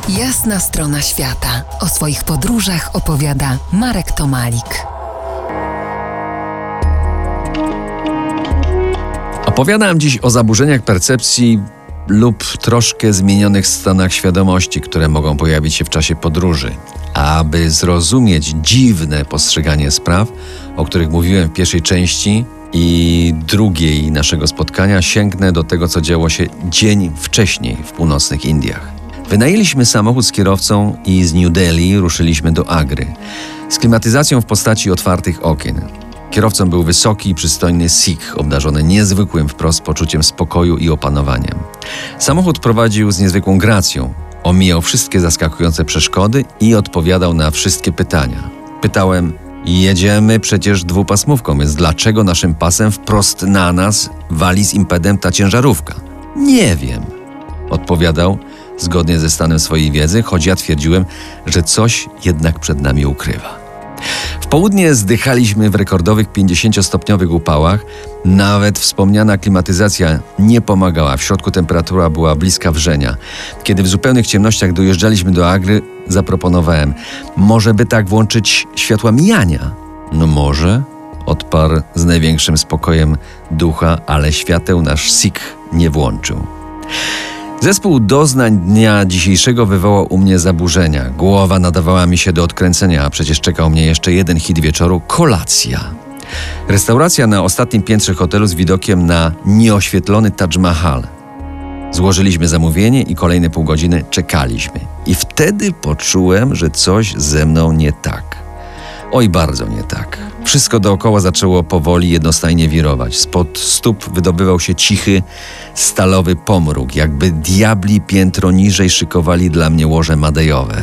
Jasna strona świata. O swoich podróżach opowiada Marek Tomalik. Opowiadam dziś o zaburzeniach percepcji lub troszkę zmienionych stanach świadomości, które mogą pojawić się w czasie podróży. Aby zrozumieć dziwne postrzeganie spraw, o których mówiłem w pierwszej części i drugiej naszego spotkania, sięgnę do tego, co działo się dzień wcześniej w północnych Indiach. Wynajęliśmy samochód z kierowcą i z New Delhi ruszyliśmy do Agry, z klimatyzacją w postaci otwartych okien. Kierowcą był wysoki i przystojny Sikh, obdarzony niezwykłym wprost poczuciem spokoju i opanowaniem. Samochód prowadził z niezwykłą gracją, omijał wszystkie zaskakujące przeszkody i odpowiadał na wszystkie pytania. Pytałem: jedziemy przecież dwupasmówką, więc dlaczego naszym pasem wprost na nas wali z impedem ta ciężarówka? Nie wiem, odpowiadał zgodnie ze stanem swojej wiedzy, choć ja twierdziłem, że coś jednak przed nami ukrywa. W południe zdychaliśmy w rekordowych 50-stopniowych upałach. Nawet wspomniana klimatyzacja nie pomagała. W środku temperatura była bliska wrzenia. Kiedy w zupełnych ciemnościach dojeżdżaliśmy do Agry, zaproponowałem: może by tak włączyć światła mijania? No może, odparł z największym spokojem ducha, ale świateł nasz Sikh nie włączył. Zespół doznań dnia dzisiejszego wywołał u mnie zaburzenia. Głowa nadawała mi się do odkręcenia, a przecież czekał mnie jeszcze jeden hit wieczoru – kolacja. Restauracja na ostatnim piętrze hotelu z widokiem na nieoświetlony Taj Mahal. Złożyliśmy zamówienie i kolejne pół godziny czekaliśmy. I wtedy poczułem, że coś ze mną nie tak. Oj, bardzo nie tak. Wszystko dookoła zaczęło powoli jednostajnie wirować. Spod stóp wydobywał się cichy, stalowy pomruk, jakby diabli piętro niżej szykowali dla mnie łoże madejowe.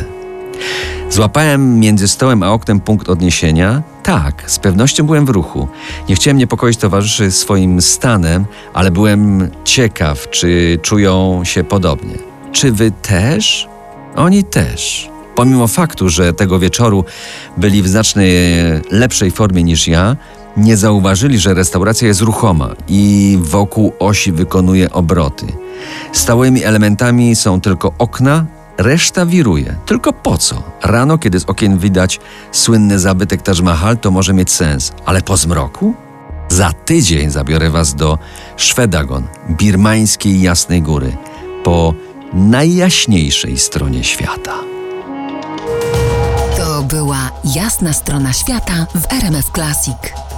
Złapałem między stołem a oknem punkt odniesienia. Tak, z pewnością byłem w ruchu. Nie chciałem niepokoić towarzyszy swoim stanem, ale byłem ciekaw, czy czują się podobnie. Czy wy też? Oni też. Pomimo faktu, że tego wieczoru byli w znacznie lepszej formie niż ja, nie zauważyli, że restauracja jest ruchoma i wokół osi wykonuje obroty. Stałymi elementami są tylko okna, reszta wiruje. Tylko po co? Rano, kiedy z okien widać słynny zabytek Taj Mahal, to może mieć sens. Ale po zmroku? Za tydzień zabiorę was do Shwedagon, birmańskiej Jasnej Góry, po najjaśniejszej stronie świata. To była Jasna strona świata w RMF Classic.